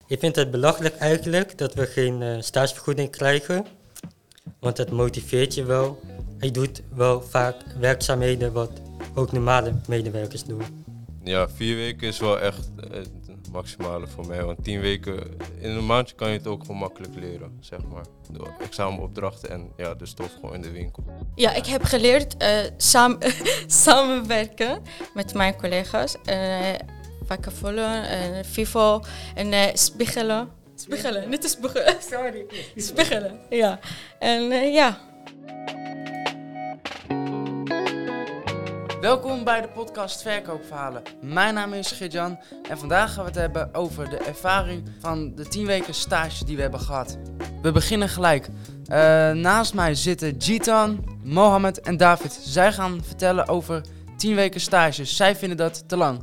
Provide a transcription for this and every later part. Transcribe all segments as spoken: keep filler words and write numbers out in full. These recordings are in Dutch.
Ik vind het belachelijk eigenlijk dat we geen uh, stagevergoeding krijgen. Want het motiveert je wel. Je doet wel vaak werkzaamheden wat ook normale medewerkers doen. Ja, vier weken is wel echt het maximale voor mij. Want tien weken, in een maandje kan je het ook gewoon makkelijk leren, zeg maar. Door examenopdrachten en ja, de stof gewoon in de winkel. Ja, ik heb geleerd uh, samen, samenwerken met mijn collega's. Uh, vakken vullen, en vivo en uh, spiegelen. Spiegelen, niet te spiegelen, sorry. Spiegelen, ja. En uh, ja. Welkom bij de podcast Verkoopverhalen. Mijn naam is Gidjan en vandaag gaan we het hebben over de ervaring van de tien weken stage die we hebben gehad. We beginnen gelijk. Uh, naast mij zitten Gitan, Mohammed en David. Zij gaan vertellen over tien weken stages. Zij vinden dat te lang.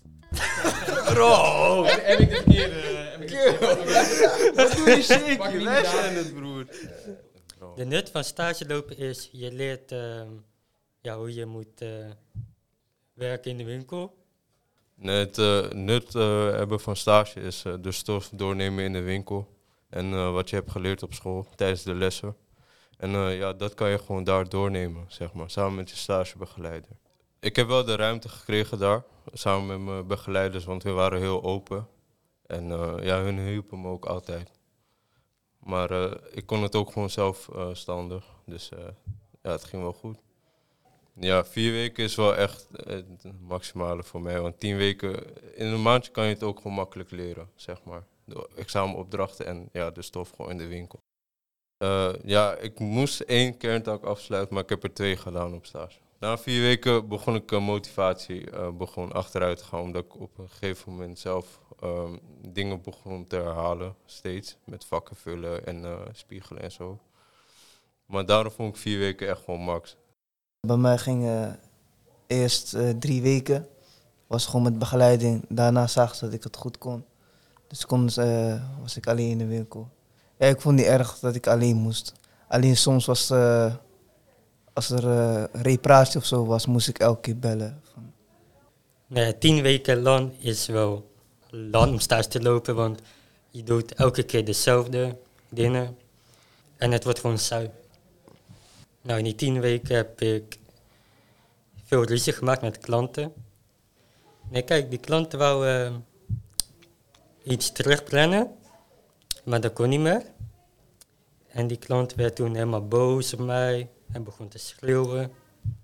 Bro! Heb ik het keer... Wat doe je zeker? Wij zijn het, broer. De nut van stage lopen is, je leert uh, ja, hoe je moet uh, werken in de winkel. Nee, het uh, nut uh, hebben van stage is uh, de stof doornemen in de winkel. En uh, wat je hebt geleerd op school tijdens de lessen. En uh, ja, dat kan je gewoon daar doornemen, zeg maar, samen met je stagebegeleider. Ik heb wel de ruimte gekregen daar, samen met mijn begeleiders, want we waren heel open. En uh, ja, hun hielpen me ook altijd. Maar uh, ik kon het ook gewoon zelfstandig, uh, dus uh, ja, het ging wel goed. Ja, vier weken is wel echt het maximale voor mij, want tien weken, in een maandje kan je het ook gewoon makkelijk leren, zeg maar. De examenopdrachten en ja, de stof gewoon in de winkel. Uh, ja, ik moest één kerntaak afsluiten, maar ik heb er twee gedaan op stage. Na vier weken begon ik uh, motivatie uh, begon achteruit te gaan, omdat ik op een gegeven moment zelf um, dingen begon te herhalen, steeds, met vakken vullen en uh, spiegelen en zo. Maar daarom vond ik vier weken echt gewoon max. Bij mij ging uh, eerst uh, drie weken, was gewoon met begeleiding. Daarna zag ze dat ik het goed kon. Dus kon, uh, was ik alleen in de winkel. Ja, ik vond niet erg dat ik alleen moest. Alleen soms was, uh, als er uh, reparatie of zo was, moest ik elke keer bellen. Van. Nee, tien weken lang is wel lang om stage te lopen, want je doet elke keer dezelfde dingen. En het wordt gewoon saai. Nou, in die tien weken heb ik veel ruzie gemaakt met klanten. Nee, kijk, die klanten wouden uh, iets terugplannen, maar dat kon niet meer. En die klant werd toen helemaal boos op mij en begon te schreeuwen.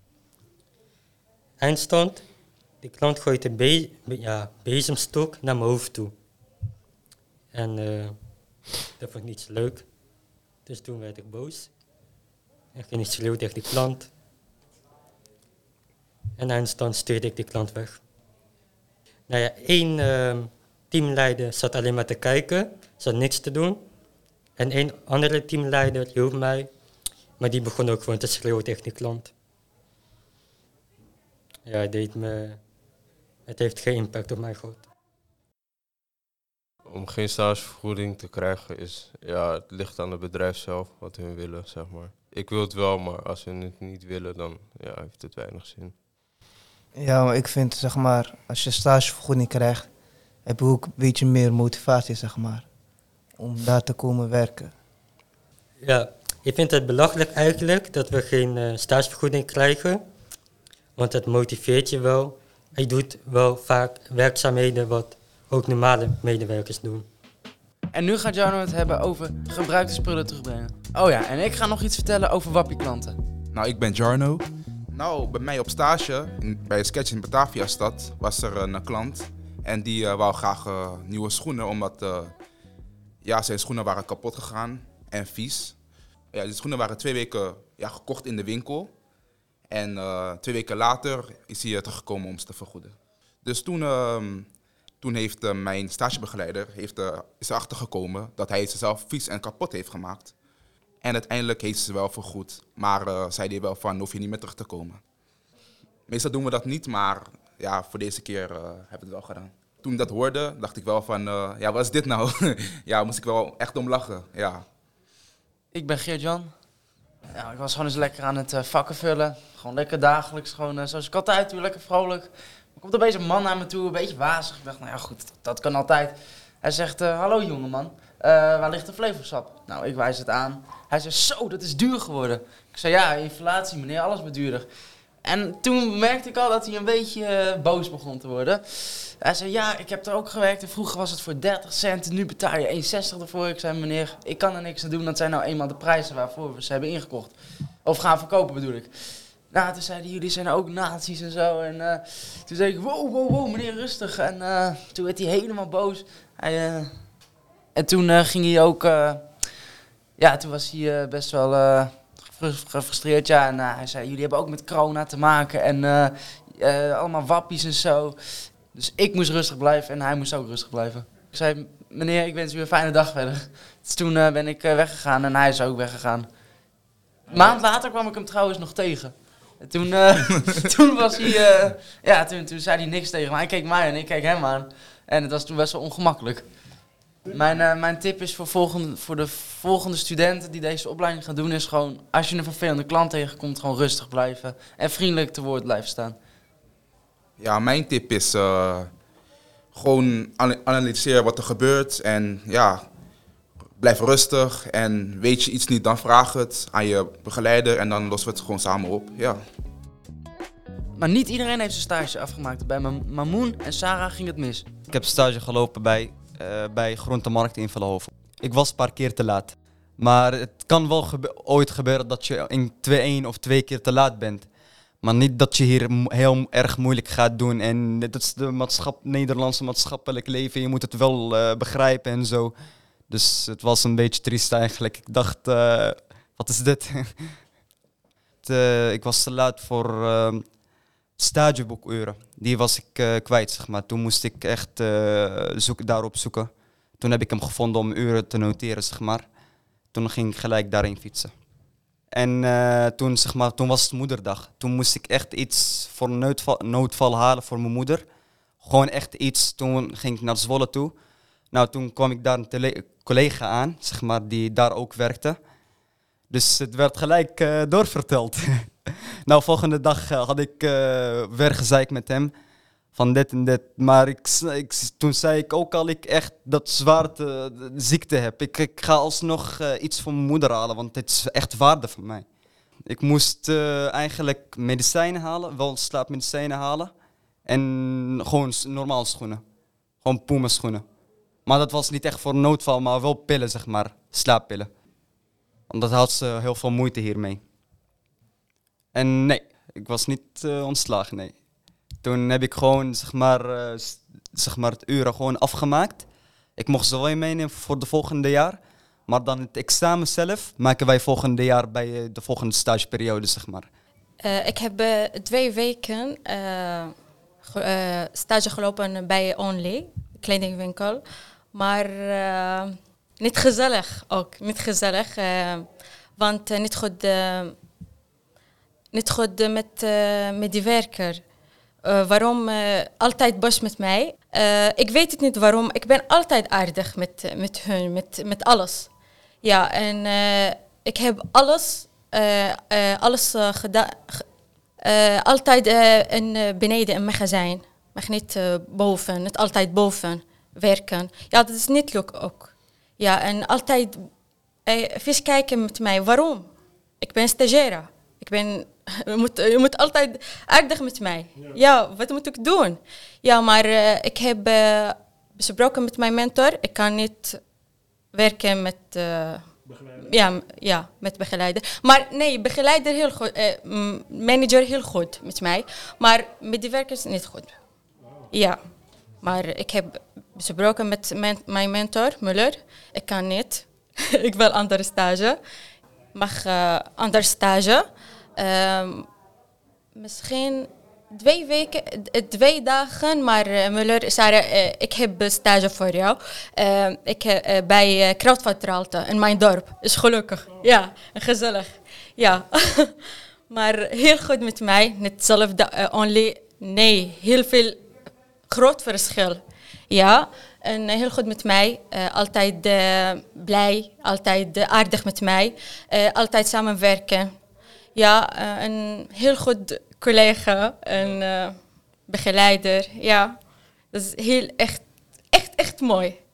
Eindstand, die klant gooit een be- be- ja, bezemstok naar mijn hoofd toe. En uh, dat vond ik niet zo leuk. Dus toen werd ik boos. En ging ik schreeuwen tegen die klant. En eindstand stuurde ik die klant weg. Nou ja, één uh, teamleider zat alleen maar te kijken, zat niks te doen. En één andere teamleider hielp mij, maar die begon ook gewoon te schreeuwen tegen die klant. Ja, het deed me, het heeft geen impact op mij gehad. Om geen stagevergoeding te krijgen is, ja, het ligt aan het bedrijf zelf, wat hun willen, zeg maar. Ik wil het wel, maar als ze het niet willen, dan ja, heeft het weinig zin. Ja, maar ik vind, zeg maar, als je stagevergoeding krijgt, heb je ook een beetje meer motivatie, zeg maar, om daar te komen werken. Ja, ik vind het belachelijk eigenlijk dat we geen uh, stagevergoeding krijgen, want het motiveert je wel. Je doet wel vaak werkzaamheden wat ook normale medewerkers doen. En nu gaat Jarno het hebben over gebruikte spullen terugbrengen. Oh ja, en ik ga nog iets vertellen over wappie-klanten. Nou, ik ben Jarno. Nou, bij mij op stage, in, bij Sketch in Bataviastad, was er een uh, klant. En die uh, wou graag uh, nieuwe schoenen, omdat uh, ja, zijn schoenen waren kapot gegaan en vies. Ja, die schoenen waren twee weken ja, gekocht in de winkel. En uh, twee weken later is hij uh, teruggekomen om ze te vergoeden. Dus toen, uh, toen heeft uh, mijn stagebegeleider heeft, uh, is erachter gekomen dat hij ze zelf vies en kapot heeft gemaakt. En uiteindelijk heeft ze wel vergoed. Maar uh, zei hij wel van, hoef je niet meer terug te komen. Meestal doen we dat niet, maar ja, voor deze keer uh, hebben we het wel gedaan. Toen ik dat hoorde, dacht ik wel van, uh, ja, wat is dit nou? Ja, moest ik wel echt om lachen, ja. Ik ben Geert-Jan. Ja, ik was gewoon eens lekker aan het uh, vakken vullen. Gewoon lekker dagelijks, gewoon uh, zoals ik altijd doe, lekker vrolijk. Er komt opeens een man naar me toe, een beetje wazig. Ik dacht, nou ja goed, dat, dat kan altijd. Hij zegt, uh, hallo jongeman, uh, waar ligt de Flevosap? Nou, ik wijs het aan. Hij zegt, zo, dat is duur geworden. Ik zei, ja, inflatie meneer, alles wordt duurder. En toen merkte ik al dat hij een beetje uh, boos begon te worden. Hij zei, ja, ik heb er ook gewerkt en vroeger was het voor dertig cent, nu betaal je één zestig ervoor. Ik zei, meneer, ik kan er niks aan doen, dat zijn nou eenmaal de prijzen waarvoor we ze hebben ingekocht. Of gaan verkopen bedoel ik. Nou, toen zeiden jullie zijn ook nazi's en zo. En uh, toen zei ik, wow, wow, wow, meneer, rustig. En uh, toen werd hij helemaal boos. Hij, uh, en toen uh, ging hij ook, uh, ja, toen was hij uh, best wel uh, gefrustreerd. Ja, en uh, hij zei, jullie hebben ook met corona te maken en uh, uh, allemaal wappies en zo. Dus ik moest rustig blijven en hij moest ook rustig blijven. Ik zei, meneer, ik wens u een fijne dag verder. Dus toen uh, ben ik uh, weggegaan en hij is ook weggegaan. Een maand later kwam ik hem trouwens nog tegen. En toen, uh, toen was hij, uh, ja, toen, toen zei hij niks tegen me. Hij keek mij en ik keek hem aan. En het was toen best wel ongemakkelijk. Mijn, uh, mijn tip is voor, volgende, voor de volgende studenten die deze opleiding gaan doen, is gewoon, als je een vervelende klant tegenkomt, gewoon rustig blijven. En vriendelijk te woord blijven staan. Ja, mijn tip is uh, gewoon an- analyseren wat er gebeurt en ja, blijf rustig en weet je iets niet, dan vraag het aan je begeleider en dan lossen we het gewoon samen op. Ja. Maar niet iedereen heeft zijn stage afgemaakt. Bij Ma- Mamoen en Sarah ging het mis. Ik heb stage gelopen bij, uh, bij Groentemarkt in Vellenhoven. Ik was een paar keer te laat. Maar het kan wel gebe- ooit gebeuren dat je in twee, één of twee keer te laat bent. Maar niet dat je hier mo- heel erg moeilijk gaat doen. En dat is de maatschap, Nederlandse maatschappelijk leven. Je moet het wel uh, begrijpen en zo. Dus het was een beetje triest eigenlijk. Ik dacht, uh, wat is dit? het, uh, ik was te laat voor uh, stageboekuren. Die was ik uh, kwijt, zeg maar. Toen moest ik echt uh, zoek, daarop zoeken. Toen heb ik hem gevonden om uren te noteren, zeg maar. Toen ging ik gelijk daarin fietsen. En uh, toen, zeg maar, toen was het moederdag. Toen moest ik echt iets voor een noodval, noodval halen voor mijn moeder. Gewoon echt iets. Toen ging ik naar Zwolle toe. Nou, toen kwam ik daar een tele- collega aan, zeg maar, die daar ook werkte. Dus het werd gelijk uh, doorverteld. Nou, volgende dag uh, had ik uh, weer gezeik met hem. Van dit en dit. Maar ik, ik, toen zei ik ook al ik echt dat zware uh, ziekte heb. Ik, ik ga alsnog uh, iets voor mijn moeder halen, want het is echt waarde voor mij. Ik moest uh, eigenlijk medicijnen halen, wel slaapmedicijnen halen. En gewoon normaal schoenen. Gewoon Puma schoenen. Maar dat was niet echt voor noodval, maar wel pillen, zeg maar. Slaappillen. Omdat had ze heel veel moeite hiermee. En nee, ik was niet uh, ontslagen, nee. Toen heb ik gewoon, zeg maar, uh, zeg maar het uren gewoon afgemaakt. Ik mocht ze wel meenemen voor de volgende jaar. Maar dan het examen zelf maken wij volgende jaar bij uh, de volgende stageperiode, zeg maar. Uh, ik heb uh, twee weken uh, ge- uh, stage gelopen bij Only, kledingwinkel. Maar uh, niet gezellig ook, niet gezellig. Uh, want uh, niet goed, uh, niet goed uh, met, uh, met die werker. Uh, waarom uh, altijd boos met mij? Uh, ik weet het niet waarom. Ik ben altijd aardig met, uh, met hun, met, met alles. Ja, en uh, ik heb alles, uh, uh, alles uh, gedaan. Uh, altijd uh, in, uh, beneden in magazijn. Mag niet uh, boven, niet altijd boven werken. Ja, dat is niet leuk ook. Ja, en altijd uh, even kijken met mij. Waarom? Ik ben stagiaire. Ik ben... Je moet, je moet altijd aardig met mij. Ja. ja, wat moet ik doen? Ja, maar uh, ik heb uh, besproken met mijn mentor. Ik kan niet werken met... Uh, ja, ja, met begeleider. Maar nee, begeleider heel goed. Uh, manager heel goed met mij. Maar met die werkers niet goed. Ja, maar ik heb besproken met men, mijn mentor, Muller. Ik kan niet. Ik wil andere stage. Mag uh, andere stage. Um, misschien twee weken, twee dagen, maar uh, Muller, Sarah, uh, ik heb stage voor jou. Uh, ik, uh, bij uh, Krautvatraalte in mijn dorp. Is gelukkig. Ja, gezellig. Ja, maar heel goed met mij. Niet hetzelfde, uh, only, nee, heel veel groot verschil. Ja, en uh, heel goed met mij. Uh, altijd uh, blij, altijd uh, aardig met mij. Uh, altijd samenwerken. Ja, uh, een heel goed collega, een uh, begeleider. Ja, dat is heel echt, echt, echt mooi.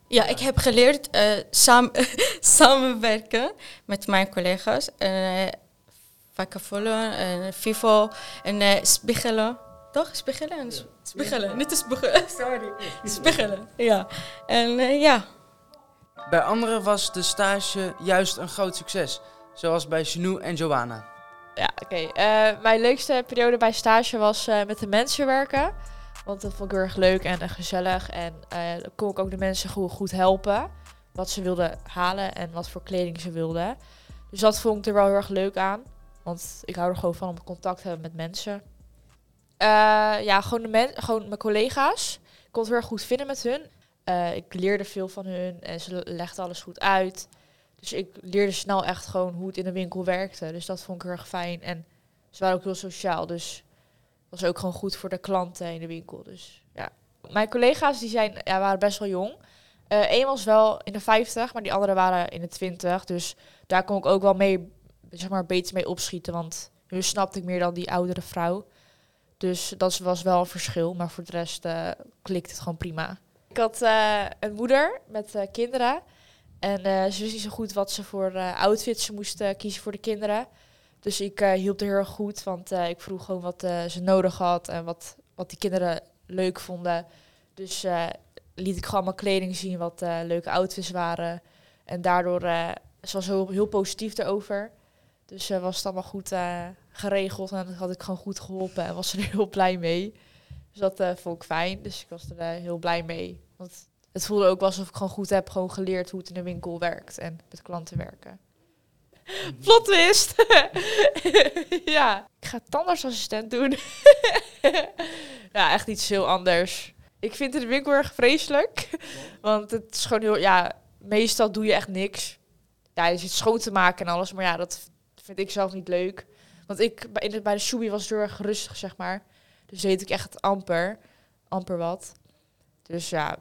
Ja, ik heb geleerd eh, samen, samenwerken met mijn collega's. En, uh, vakkenvullen en FIFO en uh, spiegelen. Toch? Spiegelen? En s- spiegelen. Niet te spiegelen. Sorry. Spiegelen. Ja. En uh, ja. Bij anderen was de stage juist een groot succes. Zoals bij Janou en Joanna. Ja, oké. Eh, mijn leukste periode bij stage was eh, met de mensen werken. Want dat vond ik heel erg leuk en eh, gezellig. En eh, dan kon ik ook de mensen goed, goed helpen. Wat ze wilden halen en wat voor kleding ze wilden. Dus dat vond ik er wel heel erg leuk aan. Want ik hou er gewoon van om contact te hebben met mensen. Eh, ja, gewoon, de men- gewoon mijn collega's. Ik kon het heel erg goed vinden met hun. Eh, ik leerde veel van hun en ze legden alles goed uit. Dus ik leerde snel echt gewoon hoe het in de winkel werkte. Dus dat vond ik heel erg fijn. En ze waren ook heel sociaal. Dus dat was ook gewoon goed voor de klanten in de winkel. Dus ja. Mijn collega's die zijn, ja, waren best wel jong. Eén uh, was wel in de vijftig, maar die anderen waren in de twintig. Dus daar kon ik ook wel mee, zeg maar, beter mee opschieten. Want nu snapte ik meer dan die oudere vrouw. Dus dat was wel een verschil. Maar voor de rest uh, klikte het gewoon prima. Ik had uh, een moeder met uh, kinderen. En uh, ze wist niet zo goed wat ze voor uh, outfits ze moest uh, kiezen voor de kinderen. Dus ik uh, hielp er heel erg goed. Want uh, ik vroeg gewoon wat uh, ze nodig had. En wat, wat die kinderen leuk vonden. Dus uh, liet ik gewoon mijn kleding zien wat uh, leuke outfits waren. En daardoor, uh, ze was heel, heel positief erover. Dus uh, was het allemaal goed uh, geregeld. En dat had ik gewoon goed geholpen. En was ze er heel blij mee. Dus dat uh, vond ik fijn. Dus ik was er uh, heel blij mee. Want het voelde ook wel alsof ik gewoon goed heb gewoon geleerd hoe het in de winkel werkt. En met klanten werken. Plot twist! Ja, ik ga tandartsassistent doen. Ja, echt iets heel anders. Ik vind het in de winkel erg vreselijk. Want het is gewoon heel... Ja, meestal doe je echt niks. Ja, je zit schoon te maken en alles. Maar ja, dat vind ik zelf niet leuk. Want ik, bij de, bij de Shubi was het heel erg rustig, zeg maar. Dus deed ik echt amper. Amper wat. Dus ja.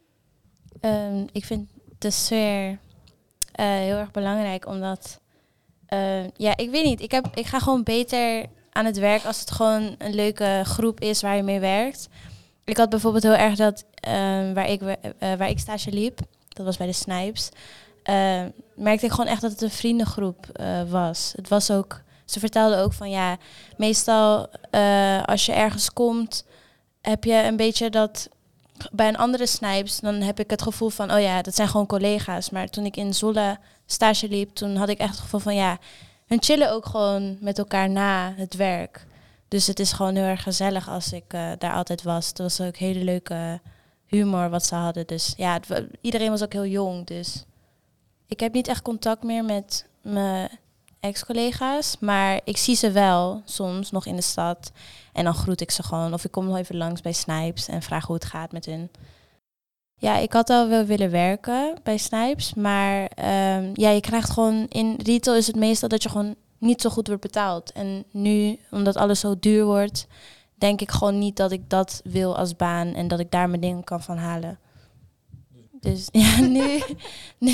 Um, ik vind de sfeer uh, heel erg belangrijk, omdat... Uh, ja, ik weet niet. Ik, heb, ik ga gewoon beter aan het werk als het gewoon een leuke groep is waar je mee werkt. Ik had bijvoorbeeld heel erg dat uh, waar, ik, uh, waar ik stage liep, dat was bij de Snipes, uh, merkte ik gewoon echt dat het een vriendengroep uh, was. Het was ook, ze vertelden ook van ja, meestal uh, als je ergens komt, heb je een beetje dat... Bij een andere Snipes, dan heb ik het gevoel van, oh ja, dat zijn gewoon collega's. Maar toen ik in Zwolle stage liep, toen had ik echt het gevoel van, ja, hun chillen ook gewoon met elkaar na het werk. Dus het is gewoon heel erg gezellig als ik uh, daar altijd was. Het was ook hele leuke humor wat ze hadden. Dus ja, het, iedereen was ook heel jong. Dus ik heb niet echt contact meer met mijn ex-collega's. Maar ik zie ze wel soms nog in de stad. En dan groet ik ze gewoon. Of ik kom nog even langs bij Snipes en vraag hoe het gaat met hun. Ja, ik had al wel willen werken bij Snipes. Maar um, ja, je krijgt gewoon... In retail is het meestal dat je gewoon niet zo goed wordt betaald. En nu, omdat alles zo duur wordt, denk ik gewoon niet dat ik dat wil als baan. En dat ik daar mijn dingen kan van halen. Dus ja, nu... nu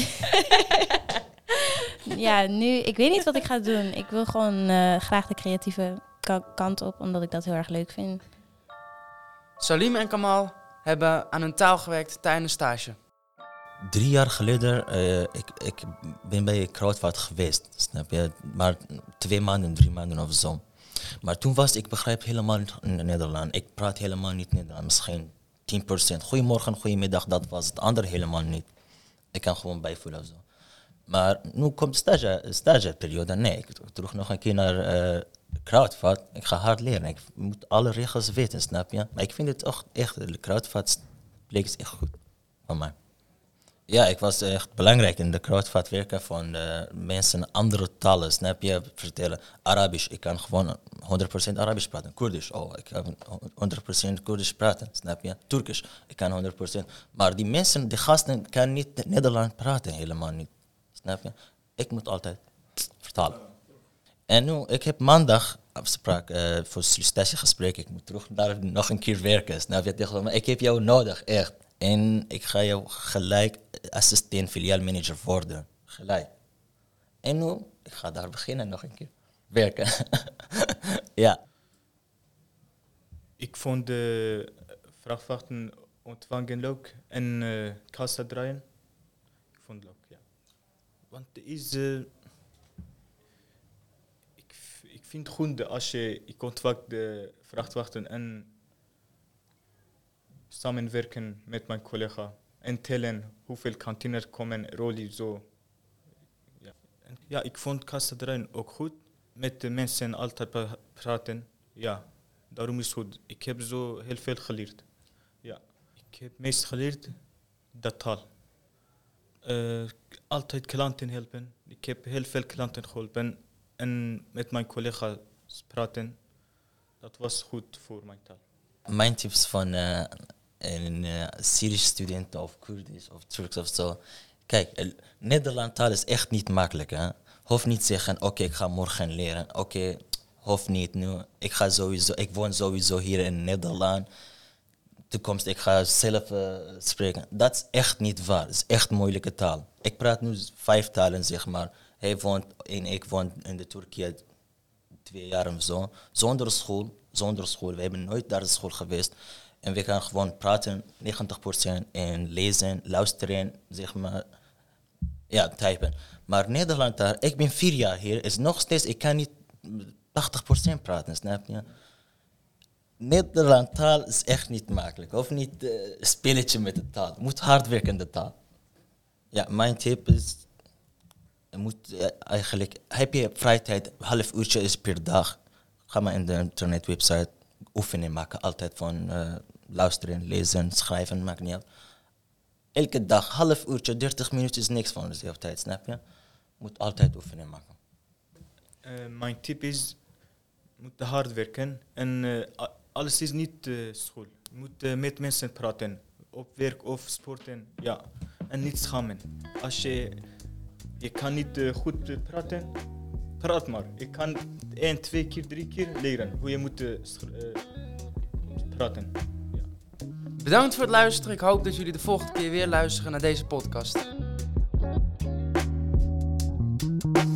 ja, nu... Ik weet niet wat ik ga doen. Ik wil gewoon uh, graag de creatieve k- kant op, omdat ik dat heel erg leuk vind. Salim en Kamal hebben aan hun taal gewerkt tijdens stage. Drie jaar geleden, uh, ik, ik ben bij Kruidvat geweest, snap je? Maar twee maanden, drie maanden of zo. Maar toen was ik begrijp helemaal niet Nederlands. Ik praat helemaal niet Nederlands, misschien tien procent. Goedemorgen, goedemiddag, dat was het andere helemaal niet. Ik kan gewoon bijvoelen of zo. Maar nu komt stage, stageperiode. Nee, ik terug nog een keer naar uh, Kruidvat. Ik ga hard leren. Ik moet alle regels weten, snap je? Maar ik vind het echt, echt de Kruidvat bleek echt goed van mij. Ja, ik was echt belangrijk in de Kruidvat werken van de mensen andere talen, snap je? Vertellen Arabisch, ik kan gewoon honderd procent Arabisch praten. Koerdisch, oh, ik kan honderd procent Koerdisch praten, snap je? Turkisch, ik kan honderd procent. Maar die mensen, die gasten, kan niet Nederlands praten, helemaal niet. Snap je? Ik moet altijd vertalen. En nu, ik heb maandag afspraak uh, voor sollicitatiegesprek. Ik moet terug naar nog een keer werken, snap je? Ik heb jou nodig, echt. En ik ga jou gelijk assistent filiaalmanager worden. Gelijk. En nu, ik ga daar beginnen nog een keer. Werken. Ja. Ik vond de vrachtwagen ontvangen ook en uh, kassa draaien. Ik vond het leuk, ja. Want het is... Uh, ik, ik vind het goed als je ik ontvangt de vrachtwagen en samenwerken met mijn collega en tellen hoeveel containers komen, rollen zo. Ja. En ja, ik vond kassa draaien ook goed. Met de mensen altijd praten, ja. Daarom is het goed. Ik heb zo heel veel geleerd. Ja. Ik heb meest geleerd dat taal. Uh, altijd klanten helpen. Ik heb heel veel klanten geholpen. En met mijn collega's praten. Dat was goed voor mijn taal. Mijn tips van uh, een uh, Syrische student of Koerdisch of Turks of zo. Kijk, Nederlands taal is echt niet makkelijk. Hè? Hoef niet zeggen, oké, okay, ik ga morgen leren. Oké, okay, hoef niet nu. Ik ga sowieso, ik woon sowieso hier in Nederland. Toekomst, ik ga zelf uh, spreken. Dat is echt niet waar. Het is echt een moeilijke taal. Ik praat nu vijf talen, zeg maar. Hij woont en ik woon in de Turkije twee jaar of zo. Zonder school, zonder school. We hebben nooit naar de school geweest. En we gaan gewoon praten, negentig procent, en lezen, luisteren, zeg maar. Ja, typen. Maar Nederland daar, ik ben vier jaar hier, is nog steeds, ik kan niet tachtig procent praten, snap je? Nederland taal is echt niet makkelijk. Of niet uh, een spelletje met de taal. Je moet hard werken in de taal. Ja, mijn tip is, je moet uh, eigenlijk, heb je vrije tijd, een half uurtje is per dag. Ga maar in de internetwebsite oefeningen maken. Altijd van uh, luisteren, lezen, schrijven, maakt niet uit. Elke dag, half uurtje, dertig minuten is niks van dezelfde tijd, snap je? Je moet altijd oefeningen maken. Uh, mijn tip is, je moet hard werken en uh, alles is niet uh, school. Je moet uh, met mensen praten, op werk of sporten, ja. En niet schamen. Als je, je kan niet uh, goed uh, praten, praat maar. Je kan één, twee keer, drie keer leren hoe je moet uh, uh, praten. Ja. Bedankt voor het luisteren. Ik hoop dat jullie de volgende keer weer luisteren naar deze podcast.